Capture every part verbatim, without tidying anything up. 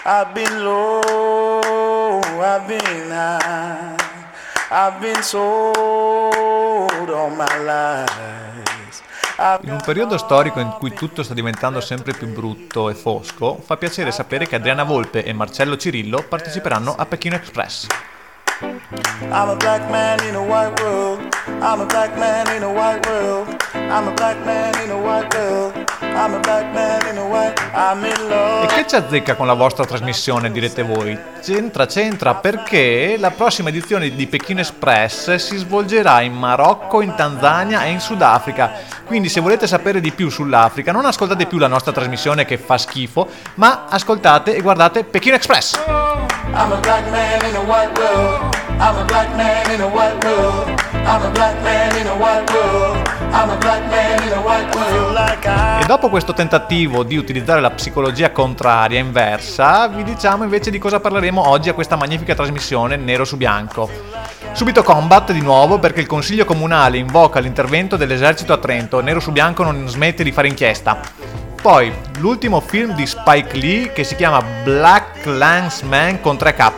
I've been low, I've been high, I've been sold all my life. In un periodo storico in cui tutto sta diventando sempre più brutto e fosco, fa piacere sapere che Adriana Volpe e Marcello Cirillo parteciperanno a Pechino Express. I'm a black man in a white world. I'm a black man in a white world. I'm a black man in a white world. I'm a black man in a white. I'm in love. E che ci azzecca con la vostra trasmissione, direte voi? C'entra, c'entra, perché la prossima edizione di Pechino Express si svolgerà in Marocco, in Tanzania e in Sudafrica. Quindi se volete sapere di più sull'Africa, non ascoltate più la nostra trasmissione che fa schifo, ma ascoltate e guardate Pechino Express. I'm a black man in a white world. I'm a black man in a white world. I'm a black man in a white world. I'm a black man in a white world. Like I... E dopo questo tentativo di utilizzare la psicologia contraria inversa, vi diciamo invece di cosa parleremo oggi a questa magnifica trasmissione Nero su Bianco. Subito combat di nuovo perché il Consiglio Comunale invoca l'intervento dell'esercito a Trento. Nero su Bianco non smette di fare inchiesta. Poi l'ultimo film di Spike Lee che si chiama Black Klansman con tre K.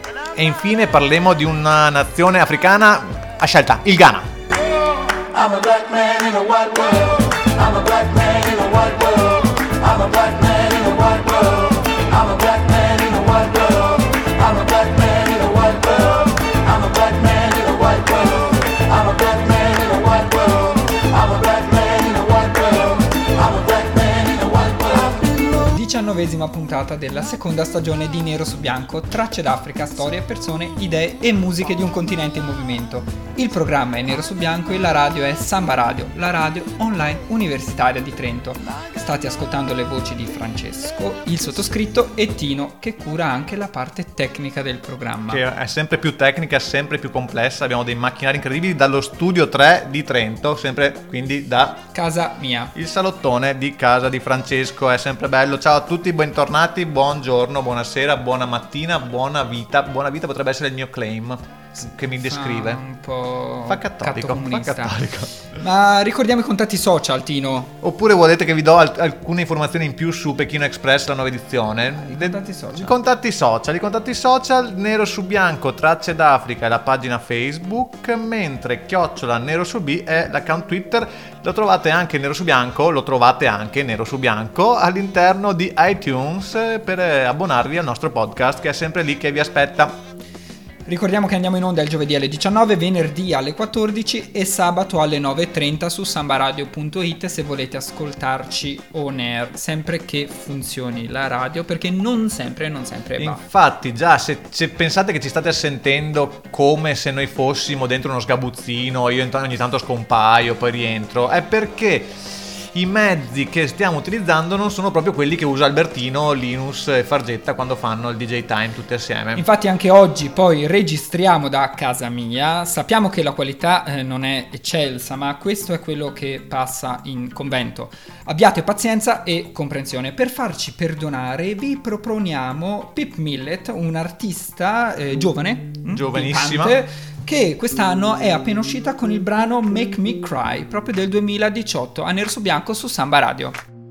E infine parleremo di una nazione africana a scelta, il Ghana. I'm a black man in a white world. I'm a black man in a white world. I'm a black man in a white world. I'm a black man in a white world. I'm a black man in a white world. I'm a black man in a white world. I'm a black man in a white world. I'm a black man in a white world. I'm a black man in a white world. diciannovesima puntata della seconda stagione di Nero su Bianco, tracce d'Africa, storie, persone, idee e musiche di un continente in movimento. Il programma è Nero su Bianco e la radio è Samba Radio, la radio online universitaria di Trento. State ascoltando le voci di Francesco, il sottoscritto e Tino, che cura anche la parte tecnica del programma. Che è sempre più tecnica, sempre più complessa, abbiamo dei macchinari incredibili dallo studio tre di Trento, sempre quindi da casa mia. Il salottone di casa di Francesco, è sempre bello. Ciao a tutti, bentornati, buongiorno, buonasera, buona mattina, buona vita. Buona vita potrebbe essere il mio claim che mi descrive. Fa un po' fa cattolico, fa cattolico. Ma ricordiamo i contatti social, Tino. Oppure volete che vi do al- alcune informazioni in più su Pechino Express, la nuova edizione? I contatti social. I contatti social, i contatti social, Nero su Bianco, Tracce d'Africa è la pagina Facebook, mentre Chiocciola Nero su B è l'account Twitter. Lo trovate anche Nero su Bianco, lo trovate anche Nero su Bianco all'interno di iTunes per abbonarvi al nostro podcast che è sempre lì che vi aspetta. Ricordiamo che andiamo in onda il giovedì alle diciannove, venerdì alle quattordici e sabato alle nove e trenta su sambaradio punto it se volete ascoltarci on air, sempre che funzioni la radio, perché non sempre, non sempre va. Infatti già, se, se pensate che ci state sentendo come se noi fossimo dentro uno sgabuzzino, io ogni tanto scompaio, poi rientro, è perché i mezzi che stiamo utilizzando non sono proprio quelli che usa Albertino, Linus e Fargetta quando fanno il D J Time tutti assieme. Infatti anche oggi poi registriamo da casa mia, sappiamo che la qualità eh, non è eccelsa, ma questo è quello che passa in convento. Abbiate pazienza e comprensione. Per farci perdonare vi proponiamo Pip Millet, un artista eh, giovane, giovanissima, pimpante, che quest'anno è appena uscita con il brano Make Me Cry, proprio del duemiladiciotto, a Nero su Bianco su Samba Radio.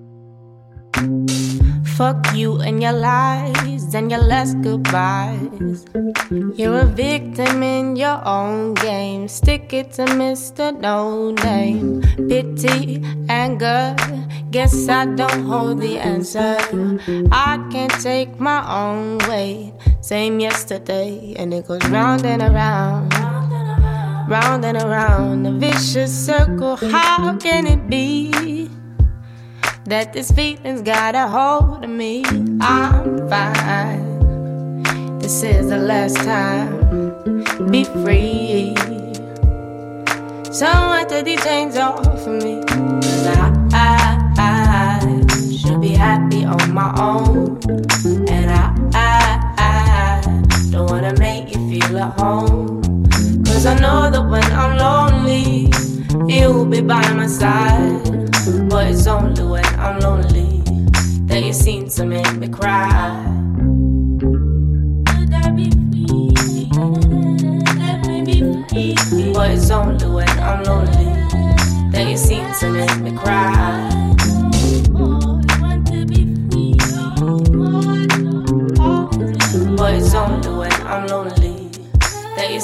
Fuck you and your lies and your last goodbyes. You're a victim in your own game. Stick it to Mister No Name. Pity, anger, guess I don't hold the answer. I can't take my own weight. Same yesterday, and it goes round and around, round and around, a vicious circle. How can it be that this feeling's got a hold of me? I'm fine. This is the last time. Be free. Someone take these chains off of me. 'Cause I, I, I should be happy on my own. And I, I, I don't wanna make you feel at home. 'Cause I know that when I'm lonely, you'll be by my side. But it's only when I'm lonely that you seem to make me cry. Could I be free? Let me be free. But it's only when I'm lonely that you seem to make me cry. Oh, I want to be free. Oh, oh, oh.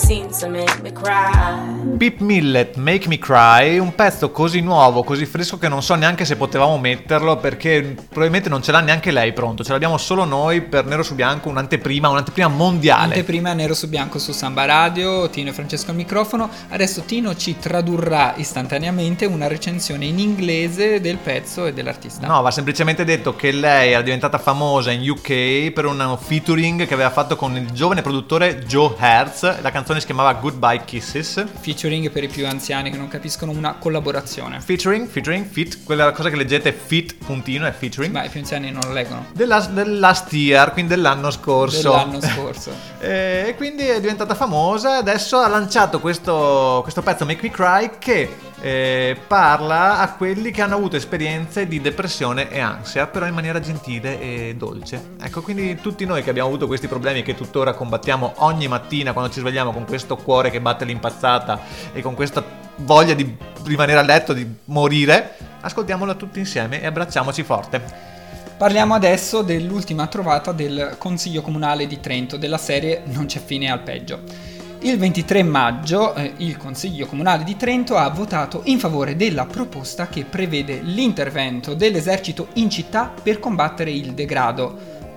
seem to make me cry. Pip Millet, Make Me Cry, un pezzo così nuovo, così fresco che non so neanche se potevamo metterlo, perché probabilmente non ce l'ha neanche lei pronto, ce l'abbiamo solo noi per Nero su Bianco, un'anteprima, un'anteprima mondiale. Anteprima Nero su Bianco su Samba Radio, Tino e Francesco al microfono. Adesso Tino ci tradurrà istantaneamente una recensione in inglese del pezzo e dell'artista. No, va semplicemente detto che lei era diventata famosa in U K per un featuring che aveva fatto con il giovane produttore Joe Hertz, la canzone si chiamava Goodbye Kisses. Featuring per i più anziani che non capiscono, una collaborazione. Featuring, featuring, fit, quella cosa che leggete fit, puntino, è featuring. Ma i più anziani non lo leggono. Della, del last year, quindi dell'anno scorso. Dell'anno scorso. E quindi è diventata famosa e adesso ha lanciato questo, questo pezzo Make Me Cry che eh, parla a quelli che hanno avuto esperienze di depressione e ansia, però in maniera gentile e dolce. Ecco, quindi tutti noi che abbiamo avuto questi problemi e che tuttora combattiamo ogni mattina quando ci svegliamo con questo cuore che batte l'impazzata e con questa voglia di rimanere a letto, di morire, ascoltiamola tutti insieme e abbracciamoci forte. Parliamo adesso dell'ultima trovata del Consiglio Comunale di Trento, della serie Non c'è fine al peggio. Il ventitré maggio eh, il Consiglio Comunale di Trento ha votato in favore della proposta che prevede l'intervento dell'esercito in città per combattere il degrado.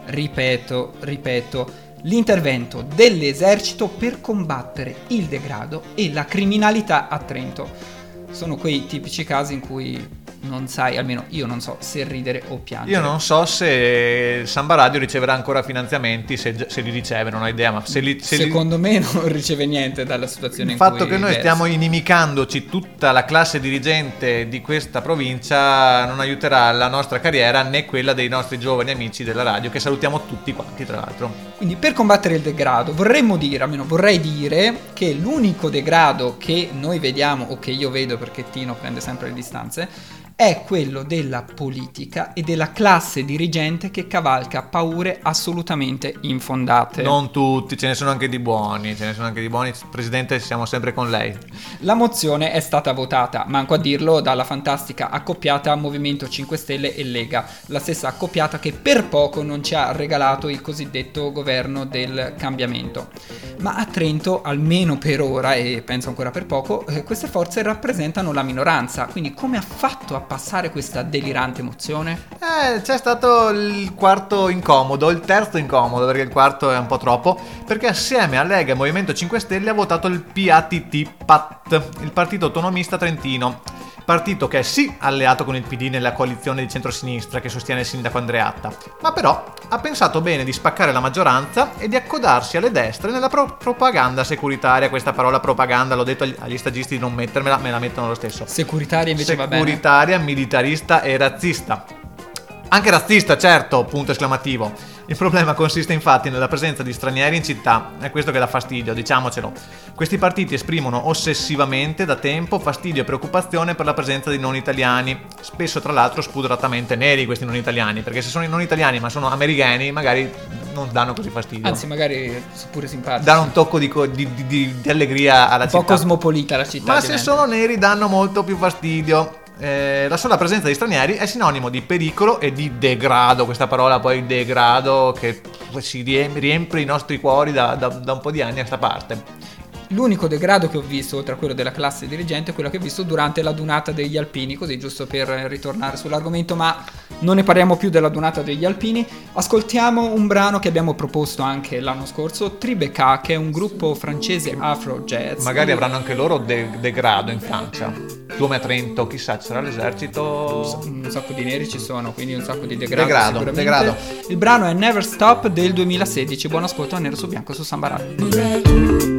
Ripeto, ripeto, l'intervento dell'esercito per combattere il degrado e la criminalità a Trento. Sono quei tipici casi in cui non sai, almeno io non so se ridere o piangere. Io non so se Samba Radio riceverà ancora finanziamenti, se, se li riceve, non ho idea, ma se li, se secondo li... me non riceve niente dalla situazione il in cui il fatto che noi versa. stiamo inimicandoci tutta la classe dirigente di questa provincia non aiuterà la nostra carriera né quella dei nostri giovani amici della radio, che salutiamo tutti quanti tra l'altro. Quindi per combattere il degrado vorremmo dire, almeno vorrei dire, che l'unico degrado che noi vediamo o che io vedo, perché Tino prende sempre le distanze, è quello della politica e della classe dirigente che cavalca paure assolutamente infondate. Non tutti, ce ne sono anche di buoni, ce ne sono anche di buoni. Presidente, siamo sempre con lei. La mozione è stata votata, manco a dirlo, dalla fantastica accoppiata Movimento cinque Stelle e Lega, la stessa accoppiata che per poco non ci ha regalato il cosiddetto governo del cambiamento. Ma a Trento, almeno per ora, e penso ancora per poco, eh, queste forze rappresentano la minoranza, quindi come ha fatto a passare questa delirante mozione? Eh, c'è stato il quarto incomodo, il terzo incomodo, perché il quarto è un po' troppo, perché assieme a Lega e Movimento cinque Stelle ha votato il P A T T, P A T, il Partito Autonomista Trentino, partito che è sì alleato con il P D nella coalizione di centrosinistra che sostiene il sindaco Andreatta, ma però ha pensato bene di spaccare la maggioranza e di accodarsi alle destre nella pro- propaganda securitaria. Questa parola propaganda, l'ho detto agli, agli stagisti di non mettermela, me la mettono lo stesso. Securitaria invece va bene. Securitaria, militarista e razzista. Anche razzista, certo, punto esclamativo. Il problema consiste infatti nella presenza di stranieri in città, è questo che dà fastidio, diciamocelo. Questi partiti esprimono ossessivamente da tempo fastidio e preoccupazione per la presenza di non italiani, spesso tra l'altro spudoratamente neri questi non italiani, perché se sono i non italiani ma sono americani magari non danno così fastidio. Anzi, magari sono pure simpatici. Danno un tocco di, co- di, di, di, di allegria alla un città. Un po' cosmopolita la città. Ma diventa. se sono neri danno molto più fastidio. Eh, la sola presenza di stranieri è sinonimo di pericolo e di degrado, questa parola poi degrado che si riempie i nostri cuori da, da, da un po' di anni a sta parte. L'unico degrado che ho visto, oltre a quello della classe dirigente, è quello che ho visto durante la dunata degli Alpini, così giusto per ritornare sull'argomento, ma non ne parliamo più della dunata degli Alpini. Ascoltiamo un brano che abbiamo proposto anche l'anno scorso, Tribeca, che è un gruppo francese afro jazz. Magari avranno anche loro de- degrado in Francia. Come a Trento, chissà, ci sarà l'esercito. Un sacco di neri ci sono, quindi un sacco di degrado. Degrado, degrado. Il brano è Never Stop del duemilasedici. Buon ascolto a Nero su Bianco su Samba Radio.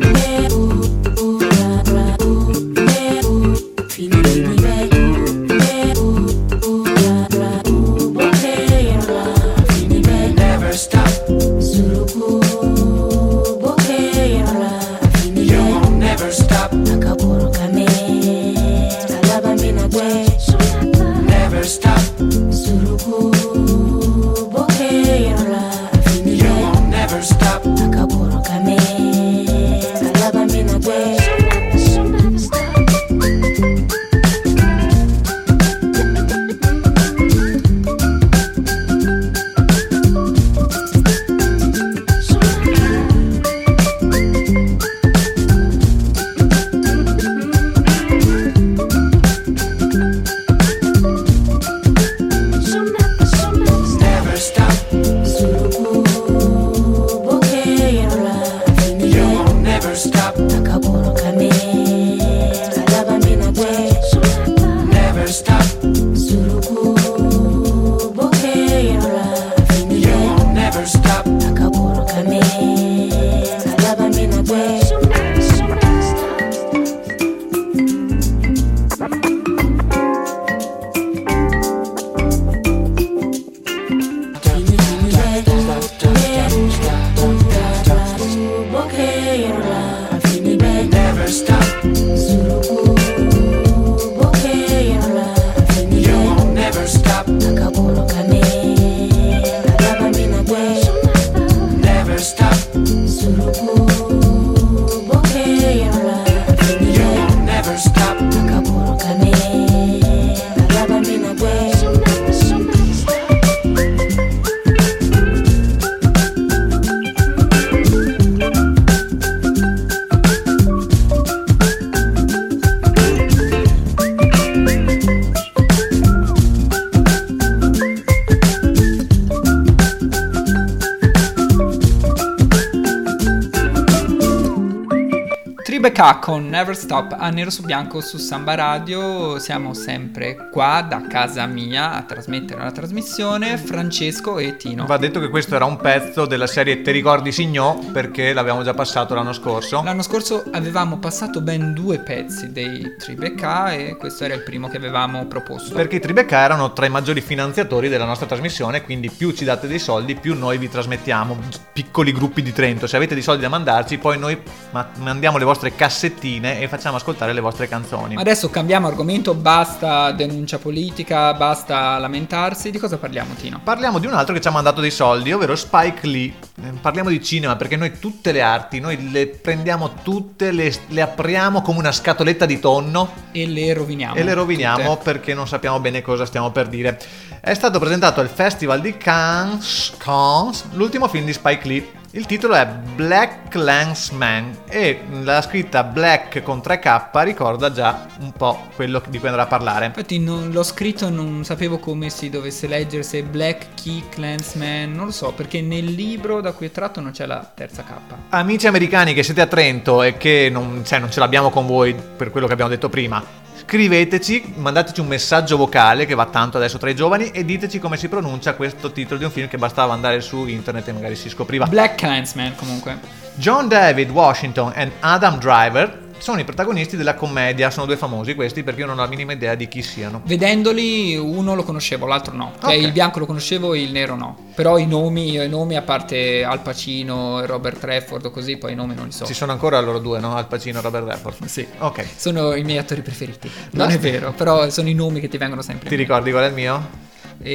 Tribeca con Never Stop a Nero su Bianco su Samba Radio. Siamo sempre qua da casa mia a trasmettere la trasmissione. Francesco e Tino. Va detto che questo era un pezzo della serie Te ricordi Signò, perché l'abbiamo già passato l'anno scorso. L'anno scorso avevamo passato ben due pezzi dei Tribeca e questo era il primo che avevamo proposto. Perché i Tribeca erano tra i maggiori finanziatori della nostra trasmissione, quindi più ci date dei soldi, più noi vi trasmettiamo. Piccoli gruppi di Trento, se avete dei soldi da mandarci, poi noi ma- mandiamo le vostre cassettine e facciamo ascoltare le vostre canzoni. Adesso cambiamo argomento, basta denuncia politica, basta lamentarsi. Di cosa parliamo, Tino? Parliamo di un altro che ci ha mandato dei soldi, ovvero Spike Lee. Parliamo di cinema perché noi tutte le arti, noi le prendiamo tutte, le, le apriamo come una scatoletta di tonno e le roviniamo. E le roviniamo tutte. Perché non sappiamo bene cosa stiamo per dire. È stato presentato al Festival di Cannes, Cannes l'ultimo film di Spike Lee. Il titolo è Black Klansman e la scritta Black con tre K ricorda già un po' quello di cui andrà a parlare. Infatti non l'ho scritto, non sapevo come si dovesse leggere, se Black Key Klansman, non lo so, perché nel libro da cui è tratto non c'è la terza K. Amici americani che siete a Trento e che non, cioè, non ce l'abbiamo con voi per quello che abbiamo detto prima, scriveteci, mandateci un messaggio vocale che va tanto adesso tra i giovani e diteci come si pronuncia questo titolo di un film che bastava andare su internet e magari si scopriva. Black Klansman comunque. John David Washington e Adam Driver sono i protagonisti della commedia, sono due famosi questi perché io non ho la minima idea di chi siano. Vedendoli uno lo conoscevo, l'altro no, cioè Okay. Il bianco lo conoscevo, il nero no, però i nomi, i nomi a parte Al Pacino e Robert Redford o così, poi i nomi non li so. Ci sono ancora loro due, no? Al Pacino e Robert Redford. Sì, Ok. sono i miei attori preferiti, non No. è vero, però sono i nomi che ti vengono sempre Ti in mente. ricordi qual è il mio?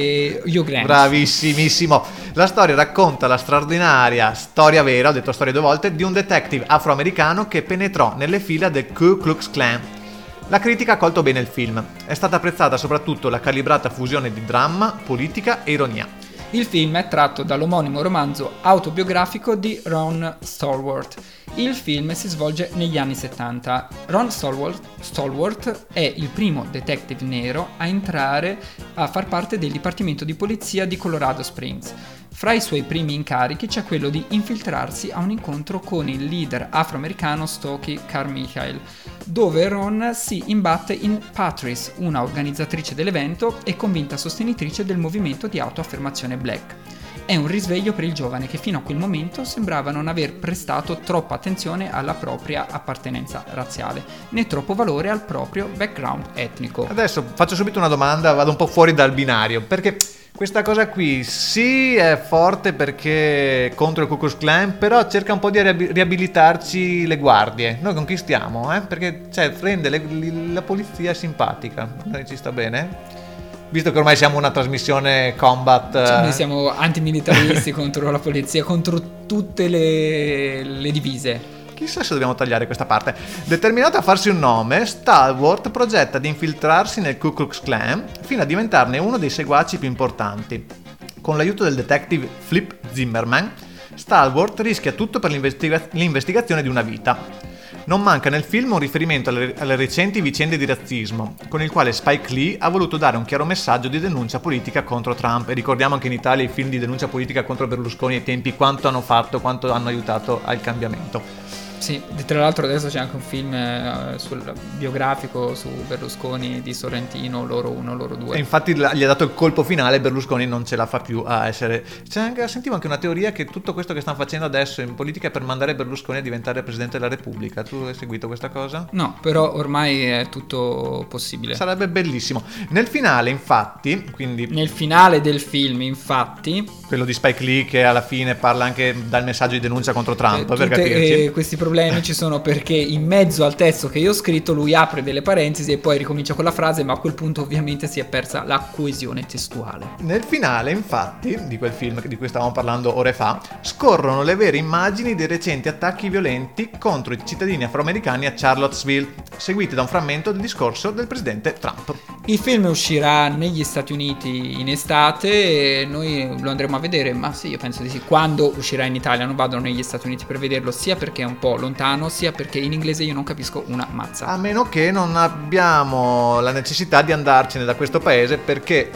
E Hugh Grant. Bravissimissimo. La storia racconta la straordinaria storia vera, ho detto storia due volte, di un detective afroamericano che penetrò nelle fila del Ku Klux Klan. La critica ha colto bene il film. È stata apprezzata soprattutto la calibrata fusione di dramma, politica e ironia. Il film è tratto dall'omonimo romanzo autobiografico di Ron Stallworth. Il film si svolge negli anni settanta. Ron Stallworth, Stallworth è il primo detective nero a entrare a far parte del Dipartimento di Polizia di Colorado Springs. Fra i suoi primi incarichi c'è quello di infiltrarsi a un incontro con il leader afroamericano Stokely Carmichael, dove Ron si imbatte in Patrice, una organizzatrice dell'evento e convinta sostenitrice del movimento di autoaffermazione black. È un risveglio per il giovane che fino a quel momento sembrava non aver prestato troppa attenzione alla propria appartenenza razziale, né troppo valore al proprio background etnico. Adesso faccio subito una domanda, vado un po' fuori dal binario, perché questa cosa qui sì è forte perché contro il Ku Klux Klan, però cerca un po' di riab- riabilitarci le guardie. Noi conquistiamo, eh? Perché cioè, rende le- li- la polizia simpatica. Noi ci sta bene? Visto che ormai siamo una trasmissione combat. Cioè, eh, noi siamo antimilitaristi contro la polizia, contro tutte le, le divise. Chissà se dobbiamo tagliare questa parte. Determinato a farsi un nome, Stallworth progetta di infiltrarsi nel Ku Klux Klan fino a diventarne uno dei seguaci più importanti. Con l'aiuto del detective Flip Zimmerman, Stallworth rischia tutto per l'investiga- l'investigazione di una vita. Non manca nel film un riferimento alle, alle recenti vicende di razzismo, con il quale Spike Lee ha voluto dare un chiaro messaggio di denuncia politica contro Trump. E ricordiamo anche in Italia i film di denuncia politica contro Berlusconi ai tempi, quanto hanno fatto, quanto hanno aiutato al cambiamento. Sì, tra l'altro adesso c'è anche un film eh, sul biografico su Berlusconi di Sorrentino, loro uno, loro due. E infatti la- gli ha dato il colpo finale, Berlusconi non ce la fa più a essere. C'è anche, sentivo anche una teoria che tutto questo che stanno facendo adesso in politica è per mandare Berlusconi a diventare Presidente della Repubblica. Tu hai seguito questa cosa? No, però ormai è tutto possibile. Sarebbe bellissimo. Nel finale, infatti, quindi Nel finale del film, infatti, quello di Spike Lee che alla fine parla anche dal messaggio di denuncia contro Trump, eh, per tutte, capirci. eh, questi problemi ci sono perché in mezzo al testo che io ho scritto lui apre delle parentesi e poi ricomincia con la frase, ma a quel punto ovviamente si è persa la coesione testuale. Nel finale, infatti, di quel film di cui stavamo parlando ore fa, scorrono le vere immagini dei recenti attacchi violenti contro i cittadini afroamericani a Charlottesville, seguiti da un frammento del discorso del presidente Trump. Il film uscirà negli Stati Uniti in estate e noi lo andremo a vedere, ma sì, io penso di sì. Quando uscirà in Italia, non vado negli Stati Uniti per vederlo, sia perché è un po' lontano, sia perché in inglese io non capisco una mazza. A meno che non abbiamo la necessità di andarcene da questo paese perché un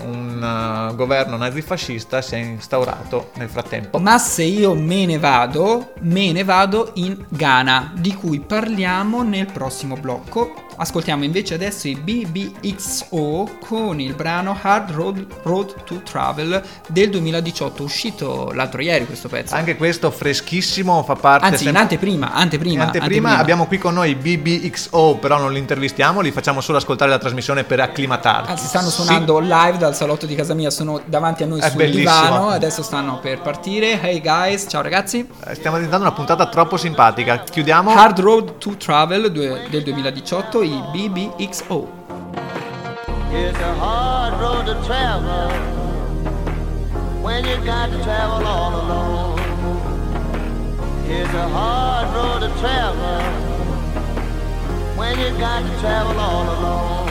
un uh, governo nazifascista si è instaurato nel frattempo. Ma se io me ne vado, me ne vado in Ghana, di cui parliamo nel prossimo blocco. Ascoltiamo invece adesso i B B X O con il brano Hard Road, Road to Travel del duemiladiciotto, uscito l'altro ieri questo pezzo. Anche questo freschissimo, fa parte... Anzi, sempre... in anteprima, anteprima, in anteprima, anteprima. Abbiamo qui con noi B B X O, però non li intervistiamo, li facciamo solo ascoltare la trasmissione per acclimatarci. Anzi, stanno suonando sì. live dal salotto di casa mia, sono davanti a noi È sul bellissimo. divano, adesso stanno per partire. Hey guys, ciao ragazzi. Stiamo diventando una puntata troppo simpatica. Chiudiamo. Hard Road to Travel del duemiladiciotto, i B B X O. It's a hard road to travel when you got to travel all alone. It's a hard road to travel when you got to travel all alone.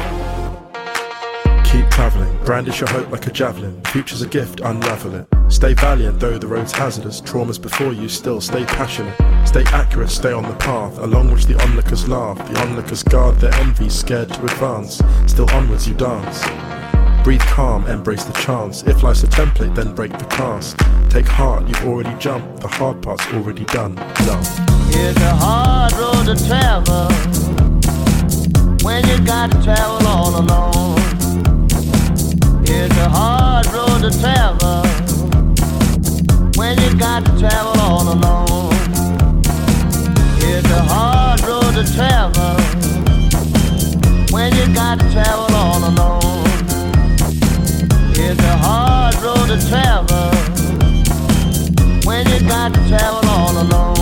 Keep travelling, brandish your hope like a javelin. Future's a gift, unravel it. Stay valiant though the road's hazardous. Traumas before you, still stay passionate. Stay accurate, stay on the path along which the onlookers laugh. The onlookers guard their envy, scared to advance. Still onwards you dance. Breathe calm, embrace the chance. If life's a template, then break the cast. Take heart, you've already jumped. The hard part's already done. Love. It's a hard road to travel when you got to travel all alone. It's a hard road to travel when you got to travel all alone. It's a hard road to travel when you got to travel all alone. It's a hard road to travel when you got to travel all alone.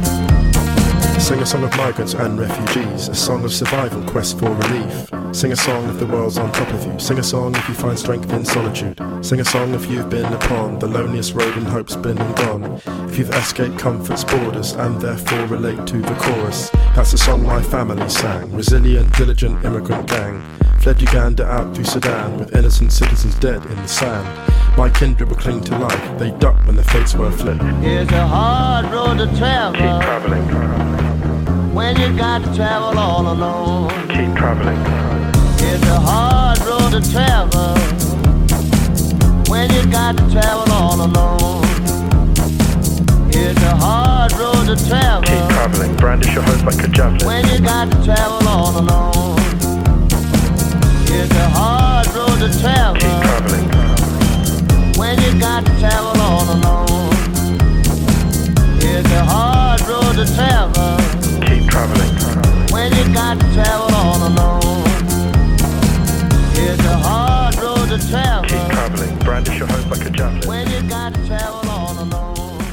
Sing a song of migrants and refugees, a song of survival, quest for relief. Sing a song if the world's on top of you. Sing a song if you find strength in solitude. Sing a song if you've been upon the loneliest road and hope's been and gone. If you've escaped comfort's borders and therefore relate to the chorus. That's the song my family sang. Resilient, diligent immigrant gang fled Uganda out through Sudan with innocent citizens dead in the sand. My kindred will cling to life. They ducked when their fates were fled. It's a hard road to travel. Keep traveling. When you got to travel all alone. Keep traveling. It's a hard road to travel when you got to travel all alone. It's a hard road to travel. Keep traveling. Brandish your hope like a javelin. When you got to travel all alone. It's a hard road to travel. Keep traveling. When you got to travel all alone. It's a hard road to travel. Keep traveling. When you got to travel all alone. It's a hard road to travel. Keep traveling. Brandish your hope like a javelin. When you got to travel all alone.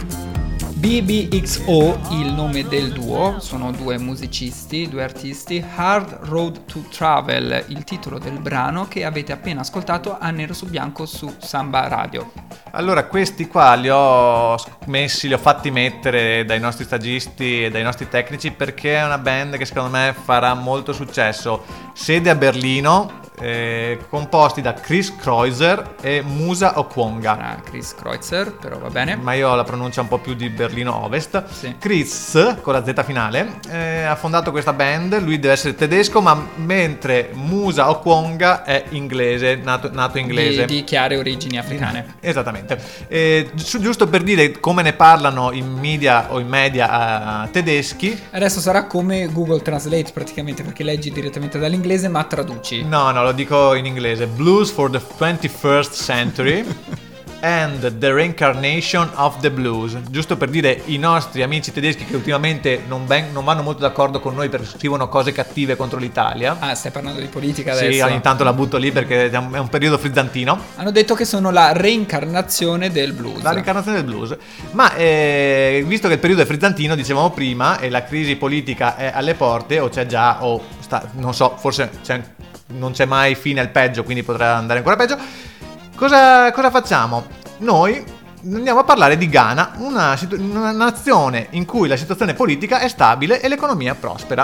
B B X O, il nome del duo, sono due musicisti, due artisti. Hard Road to Travel, il titolo del brano che avete appena ascoltato a nero su bianco su Samba Radio. Allora, questi qua li ho messi, li ho fatti mettere dai nostri stagisti e dai nostri tecnici perché è una band che secondo me farà molto successo. Sede a Berlino, eh, composti da Chris Kreuzer e Musa Okwonga. Ah, Chris Kreuzer, però va bene. Ma io ho la pronuncia un po' più di Berlino Ovest. Sì. Chris, con la Z finale, eh, ha fondato questa band. Lui deve essere tedesco, ma mentre Musa Okwonga è inglese, nato, nato inglese. Di, di chiare origini africane. Esattamente. Eh, gi- giusto per dire come ne parlano in media o in media uh, tedeschi. Adesso sarà come Google Translate praticamente, perché leggi direttamente dall'inglese ma traduci. No, no, lo dico in inglese. Blues for the twenty-first century and the reincarnation of the blues. Giusto per dire, i nostri amici tedeschi che ultimamente non, ben, non vanno molto d'accordo con noi perché scrivono cose cattive contro l'Italia. Ah, stai parlando di politica adesso? Sì, ogni tanto la butto lì perché è un, è un periodo frizzantino. Hanno detto che sono la reincarnazione del blues. La reincarnazione del blues. Ma eh, visto che il periodo è frizzantino, dicevamo prima, e la crisi politica è alle porte, o c'è già, o sta, non so, forse c'è, non c'è mai fine al peggio, quindi potrà andare ancora peggio. Cosa, cosa facciamo? Noi andiamo a parlare di Ghana, una, situ- una nazione in cui la situazione politica è stabile e l'economia prospera.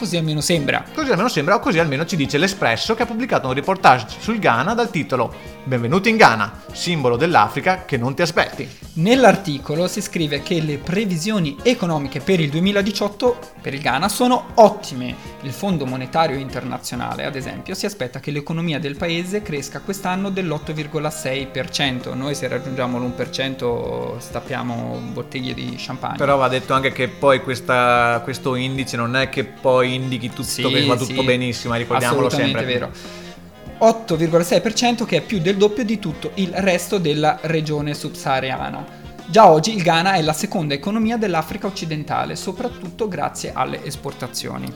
così almeno sembra. Così almeno sembra, o così almeno ci dice l'Espresso, che ha pubblicato un reportage sul Ghana dal titolo "Benvenuti in Ghana, simbolo dell'Africa che non ti aspetti". Nell'articolo si scrive che le previsioni economiche per il duemiladiciotto per il Ghana sono ottime. Il Fondo Monetario Internazionale, ad esempio, si aspetta che l'economia del paese cresca quest'anno dell'otto virgola sei per cento. Noi se raggiungiamo l'uno per cento stappiamo bottiglie di champagne. Però va detto anche che poi questa, questo indice non è che poi indichi tutto, Sì, che va tutto sì, benissimo, ricordiamolo assolutamente sempre. vero. otto virgola sei per cento, che è più del doppio di tutto il resto della regione subsahariana. Già oggi il Ghana è la seconda economia dell'Africa occidentale, soprattutto grazie alle esportazioni.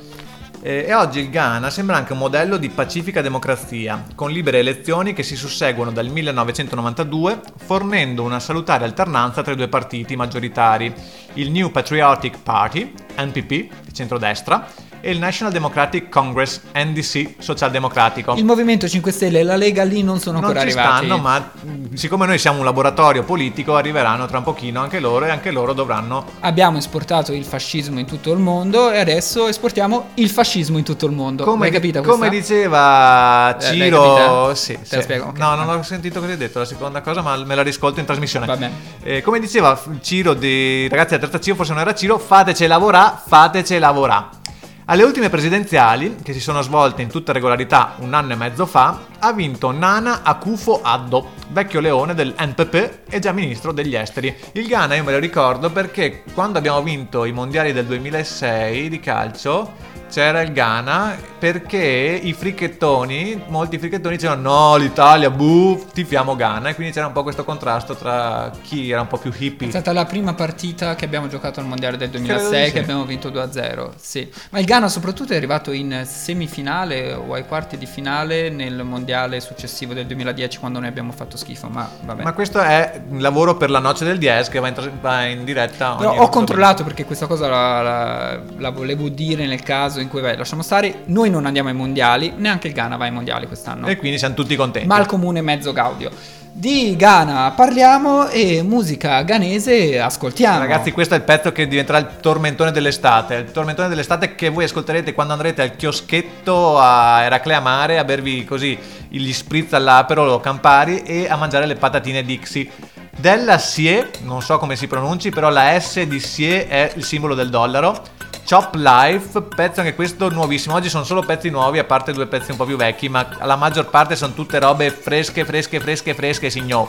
E oggi il Ghana sembra anche un modello di pacifica democrazia, con libere elezioni che si susseguono dal millenovecentonovantadue, fornendo una salutare alternanza tra i due partiti maggioritari, il New Patriotic Party, N P P, di centrodestra, e il National Democratic Congress, N D C, socialdemocratico. Il Movimento cinque Stelle e la Lega lì non sono non ancora ci arrivati. stanno, ma siccome noi siamo un laboratorio politico, arriveranno tra un pochino anche loro, e anche loro dovranno... Abbiamo esportato il fascismo in tutto il mondo e adesso esportiamo il fascismo in tutto il mondo. Come, L'hai capita questa? come diceva Eh, l'hai Ciro, capita? sì, Te sì. la spiego, ok. No, non ho sentito cosa hai detto la seconda cosa, ma me la riscolto in trasmissione. Va bene. Eh, come diceva Ciro, di ragazzi della terza C, o forse non era Ciro, fateci lavorare, fateci lavorare. Alle ultime presidenziali, che si sono svolte in tutta regolarità un anno e mezzo fa, ha vinto Nana Akufo-Addo, vecchio leone del N P P e già ministro degli esteri. Il Ghana io me lo ricordo perché quando abbiamo vinto i mondiali del duemilasei di calcio c'era il Ghana, perché i fricchettoni, molti fricchettoni dicevano no, l'Italia, buh, tifiamo Ghana, e quindi c'era un po' questo contrasto tra chi era un po' più hippie. È stata la prima partita che abbiamo giocato al mondiale del duemilasei, Credo di sì. che abbiamo vinto due a zero. Sì. Ma il Ghana soprattutto è arrivato in semifinale o ai quarti di finale nel mondiale successivo del duemiladieci, quando noi abbiamo fatto schifo. Ma vabbè. Ma questo è un lavoro per la noce del diez che va in, va in diretta. Però ogni ho controllato, perché questa cosa la, la, la volevo dire nel caso in cui, vai, lasciamo stare, noi non andiamo ai mondiali, neanche il Ghana va ai mondiali quest'anno. E quindi siamo tutti contenti. Ma al comune mezzo gaudio. Di Ghana parliamo e musica ghanese ascoltiamo. Ragazzi, questo è il pezzo che diventerà il tormentone dell'estate. Il tormentone dell'estate che voi ascolterete quando andrete al chioschetto a Eraclea Mare a bervi così gli spritz all'Aperol Campari e a mangiare le patatine Dixie. Della S I E, non so come si pronunci, però la S di S I E è il simbolo del dollaro. Chop Life, pezzo anche questo nuovissimo. Oggi sono solo pezzi nuovi, a parte due pezzi un po' più vecchi, ma la maggior parte sono tutte robe fresche, fresche, fresche, fresche, signor.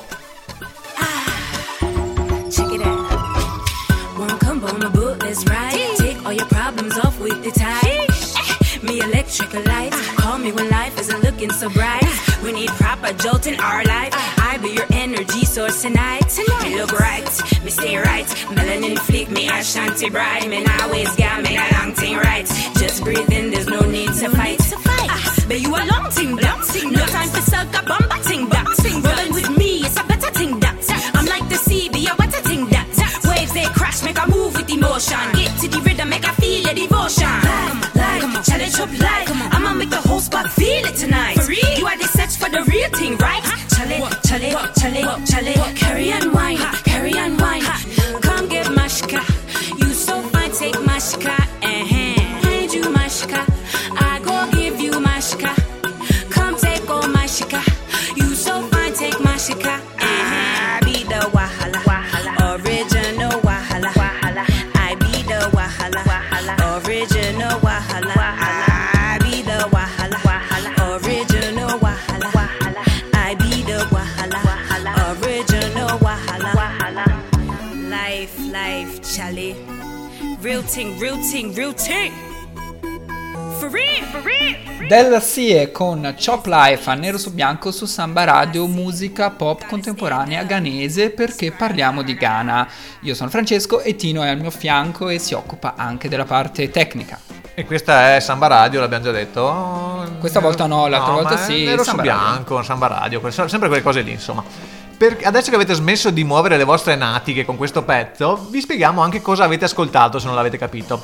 Check it out. One combo on the book, that's right. Take all your problems off with the tie. Me electric light. Call me when life isn't looking so bright. We need proper jolt in our life. I be your energy source tonight. Me look right, me stay right. Melanin fleek, me Ashanti bride. Me always got me that long thing right. Just breathe in, there's no need to fight. Ah, but you a long thing, long thing. No time for suck up, bomba ting, that. Rolling with me, it's a better thing, that. I'm like the sea, be a wetter thing, that. Waves they crash, make a move with emotion. Get to the rhythm, make a feel the devotion. Come on, like, come on, challenge up life. I'ma make the whole spot feel it tonight. For real? You are the search for the real thing, right? Chale, chale, chale, chale. Carry on wine, carry on wine. Come get mashka. You so fine, take mashka. Uh-huh. Hand you mashka. I go give you mashka. Come take all mashka. You so fine, take mashka. Uh-huh. I be the wahala, wahala. Original wahala, wahala. I be the wahala, wahala. Original wahala, wahala. I be the wahala, wahala. Original wahala, wahala. I be the wahala, wahala. Original wahala, wahala. Life, life, Charlie. Real ting, real ting, real ting. For real, for real. Della S I E con Chop Life a nero su bianco su Samba Radio, musica pop contemporanea ghanese, perché parliamo di Ghana. Io sono Francesco e Tino è al mio fianco e si occupa anche della parte tecnica. E questa è Samba Radio, l'abbiamo già detto. Questa volta no, l'altra volta ma è sì, Nero su Samba bianco, Samba Radio, que- sempre quelle cose lì, insomma. Per, adesso che avete smesso di muovere le vostre natiche con questo pezzo, vi spieghiamo anche cosa avete ascoltato, se non l'avete capito.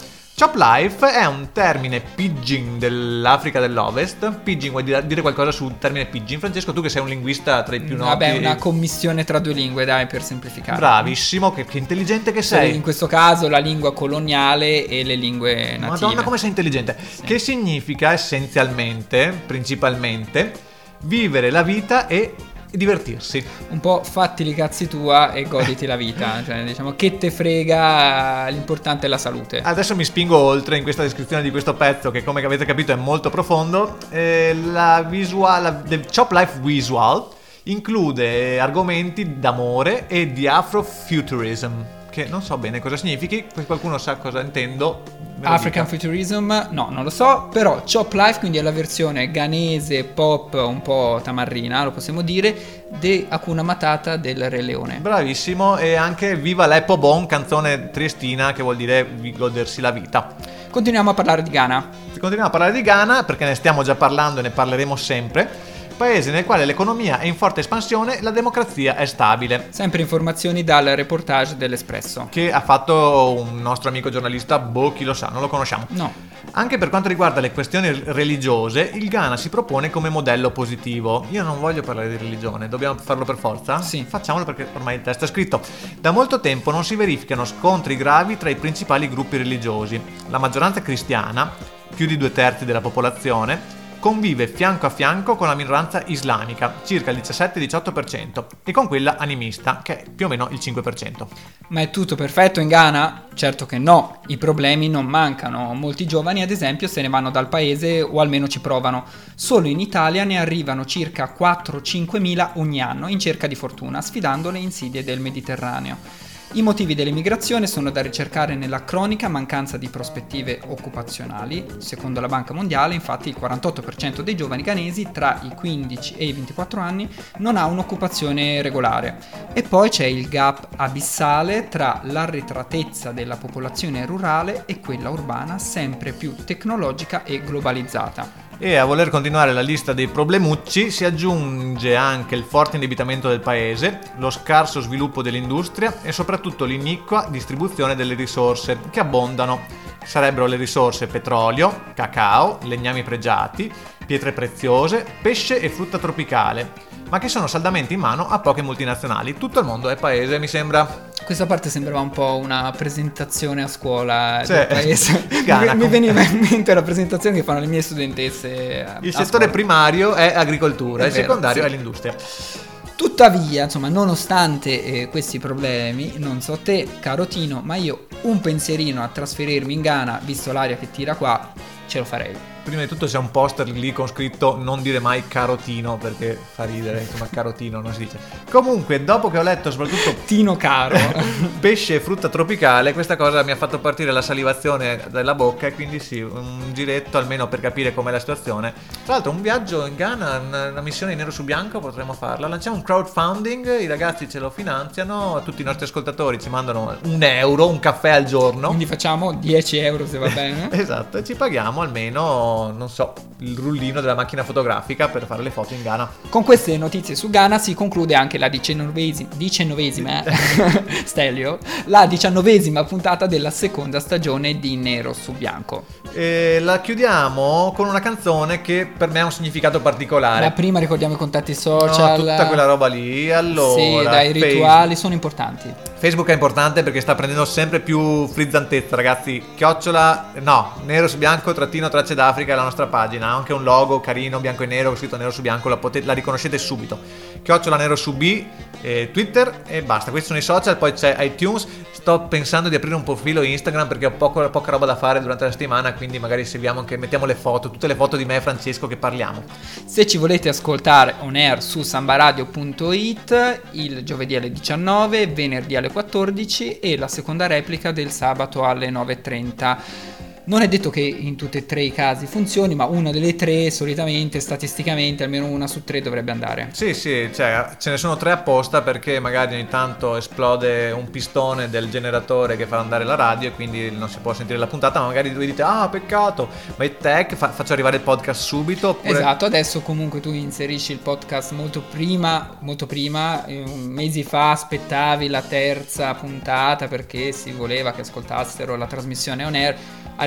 Chop life è un termine pidgin dell'Africa dell'Ovest. Pidgin vuol dire, dire qualcosa sul termine pidgin. Francesco, tu che sei un linguista tra i più noti. Vabbè, una commissione tra due lingue, dai, per semplificare. Bravissimo, che, che intelligente che sei. In questo caso la lingua coloniale e le lingue native. Madonna, come sei intelligente. Sì. Che significa essenzialmente, principalmente, vivere la vita e divertirsi. Un po' fatti i cazzi tua e goditi la vita. Cioè, diciamo, che te frega, l'importante è la salute. Adesso mi spingo oltre in questa descrizione di questo pezzo, che come avete capito è molto profondo. Eh, la visual, la, the Chop Life Visual include argomenti d'amore e di Afrofuturism, che non so bene cosa significhi. Qualcuno sa cosa intendo? African Futurism, no, non lo so, però Chop Life, quindi è la versione ghanese pop un po' tamarrina, lo possiamo dire, de Hakuna Matata del Re Leone. Bravissimo, e anche Viva l'Eppo Bon, canzone triestina che vuol dire godersi la vita. Continuiamo a parlare di Ghana. Continuiamo a parlare di Ghana perché ne stiamo già parlando e ne parleremo sempre. Paese nel quale l'economia è in forte espansione e la democrazia è stabile. Sempre informazioni dal reportage dell'Espresso, che ha fatto un nostro amico giornalista, boh, chi lo sa, non lo conosciamo. No. Anche per quanto riguarda le questioni religiose, il Ghana si propone come modello positivo. Io non voglio parlare di religione, dobbiamo farlo per forza? Sì. Facciamolo perché ormai il testo è scritto. Da molto tempo non si verificano scontri gravi tra i principali gruppi religiosi. La maggioranza cristiana, più di due terzi della popolazione, convive fianco a fianco con la minoranza islamica, circa il diciassette diciotto per cento, e con quella animista, che è più o meno il cinque per cento. Ma è tutto perfetto in Ghana? Certo che no, i problemi non mancano. Molti giovani, ad esempio, se ne vanno dal paese o almeno ci provano. Solo in Italia ne arrivano circa quattro cinque mila ogni anno in cerca di fortuna, sfidando le insidie del Mediterraneo. I motivi dell'emigrazione sono da ricercare nella cronica mancanza di prospettive occupazionali. Secondo la Banca Mondiale, infatti, il quarantotto per cento dei giovani ghanesi tra i quindici e i ventiquattro anni non ha un'occupazione regolare. E poi c'è il gap abissale tra l'arretratezza della popolazione rurale e quella urbana, sempre più tecnologica e globalizzata. E a voler continuare la lista dei problemucci si aggiunge anche il forte indebitamento del paese, lo scarso sviluppo dell'industria e soprattutto l'iniqua distribuzione delle risorse che abbondano. Sarebbero le risorse petrolio, cacao, legnami pregiati, pietre preziose, pesce e frutta tropicale, ma che sono saldamente in mano a poche multinazionali. Tutto il mondo è paese, mi sembra. Questa parte sembrava un po' una presentazione a scuola Cioè, del paese. Ghana, mi, mi veniva in mente la presentazione che fanno le mie studentesse. A, il a settore scuola. primario è agricoltura, È il vero, secondario sì. è l'industria. Tuttavia, insomma, nonostante eh, questi problemi, non so te, caro Tino, ma io un pensierino a trasferirmi in Ghana, visto l'aria che tira qua, ce lo farei. Prima di tutto c'è un poster lì con scritto non dire mai carotino, perché fa ridere, insomma carotino non si dice. Comunque, dopo che ho letto soprattutto Tino caro. pesce e frutta tropicale, questa cosa mi ha fatto partire la salivazione dalla bocca, e quindi sì, un giretto almeno per capire com'è la situazione. Tra l'altro un viaggio in Ghana, una, una missione in nero su bianco potremmo farla. Lanciamo un crowdfunding, i ragazzi ce lo finanziano, tutti i nostri ascoltatori ci mandano un euro, un caffè al giorno. Quindi facciamo dieci euro se va bene. Esatto, e ci paghiamo almeno, non so, il rullino della macchina fotografica per fare le foto in Ghana. Con queste notizie su Ghana si conclude anche la diciannovesima, diciannovesima Stelio, la diciannovesima puntata della seconda stagione di Nero su Bianco. E la chiudiamo con una canzone che per me ha un significato particolare. Ma prima ricordiamo i contatti social. No, tutta quella roba lì. Allora, sì, dai, i rituali Facebook. sono importanti. Facebook è importante perché sta prendendo sempre più frizzantezza, ragazzi. Chiocciola, no, nero su bianco, trattino, tracce d'Africa è la nostra pagina. Ha anche un logo carino, bianco e nero, scritto nero su bianco, la, potete, la riconoscete subito. Chiocciola nero su B, eh, Twitter e basta. Questi sono i social, poi c'è iTunes. Sto pensando di aprire un profilo Instagram perché ho poco, poca roba da fare durante la settimana, quindi magari seguiamo anche, mettiamo le foto, tutte le foto di me e Francesco che parliamo. Se ci volete ascoltare on air su sambaradio punto it il giovedì alle diciannove, venerdì alle quattordici e la seconda replica del sabato alle nove e trenta. Non è detto che in tutti e tre i casi funzioni, ma una delle tre solitamente, statisticamente, almeno una su tre dovrebbe andare. Sì, sì, cioè ce ne sono tre apposta perché magari ogni tanto esplode un pistone del generatore che fa andare la radio e quindi non si può sentire la puntata, ma magari voi dite ah peccato, ma è tech, fa- faccio arrivare il podcast subito. Oppure... Esatto, adesso comunque tu inserisci il podcast molto prima, molto prima, eh, mesi fa aspettavi la terza puntata perché si voleva che ascoltassero la trasmissione on air.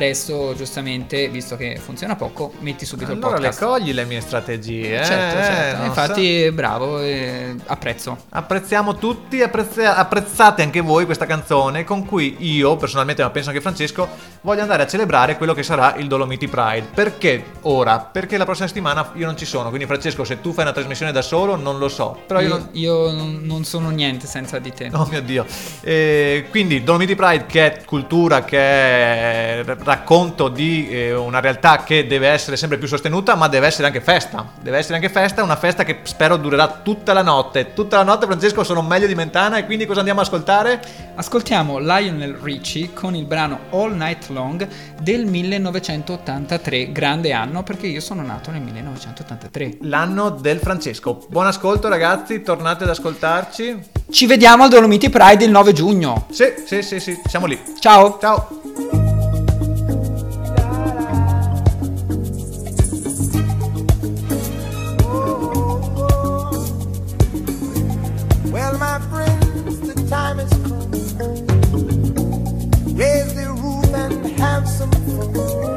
adesso giustamente, visto che funziona poco, metti subito allora il podcast. le cogli le mie strategie, eh? Certo, certo. Non Infatti so. bravo, eh, apprezzo. Apprezziamo tutti, apprezza- apprezzate anche voi questa canzone con cui io personalmente, ma penso anche Francesco, voglio andare a celebrare quello che sarà il Dolomiti Pride. Perché ora? Perché la prossima settimana io non ci sono, quindi Francesco, se tu fai una trasmissione da solo non lo so, però io, Io, non... io non non sono niente senza di te. Oh mio Dio. Eh, quindi Dolomiti Pride, che è cultura, che è racconto di eh, una realtà che deve essere sempre più sostenuta, ma deve essere anche festa. Deve essere anche festa, una festa che spero durerà tutta la notte. Tutta la notte, Francesco, sono meglio di Mentana, e quindi cosa andiamo ad ascoltare? Ascoltiamo Lionel Richie con il brano All Night Long del millenovecentottantatré, grande anno perché io sono nato nel millenovecentottantatré. L'anno del Francesco. Buon ascolto ragazzi, tornate ad ascoltarci. Ci vediamo al Dolomiti Pride il nove giugno. Sì, sì, sì, sì, siamo lì. Ciao. Ciao. Well, my friends, the time has come. Raise the roof and have some fun.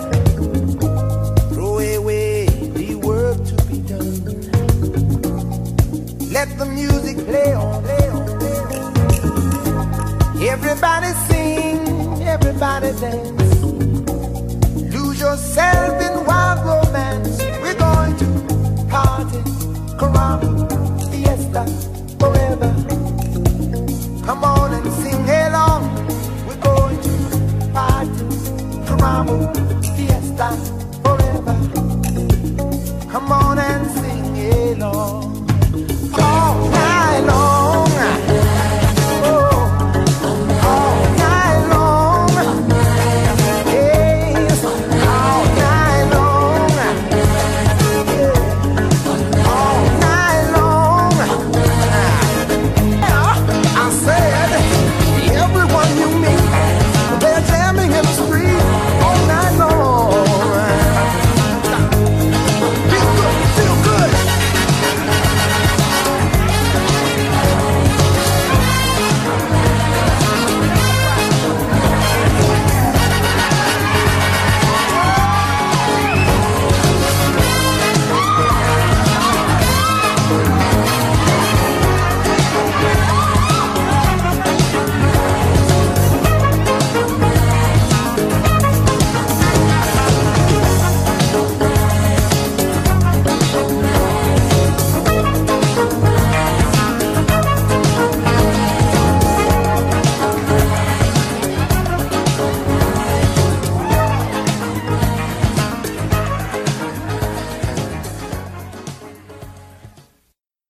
Throw away the work to be done. Let the music play on, play on, play on. Everybody sing, everybody dance. Lose yourself in wild romance. We're going to party, caramba, fiesta, forever. Come on and sing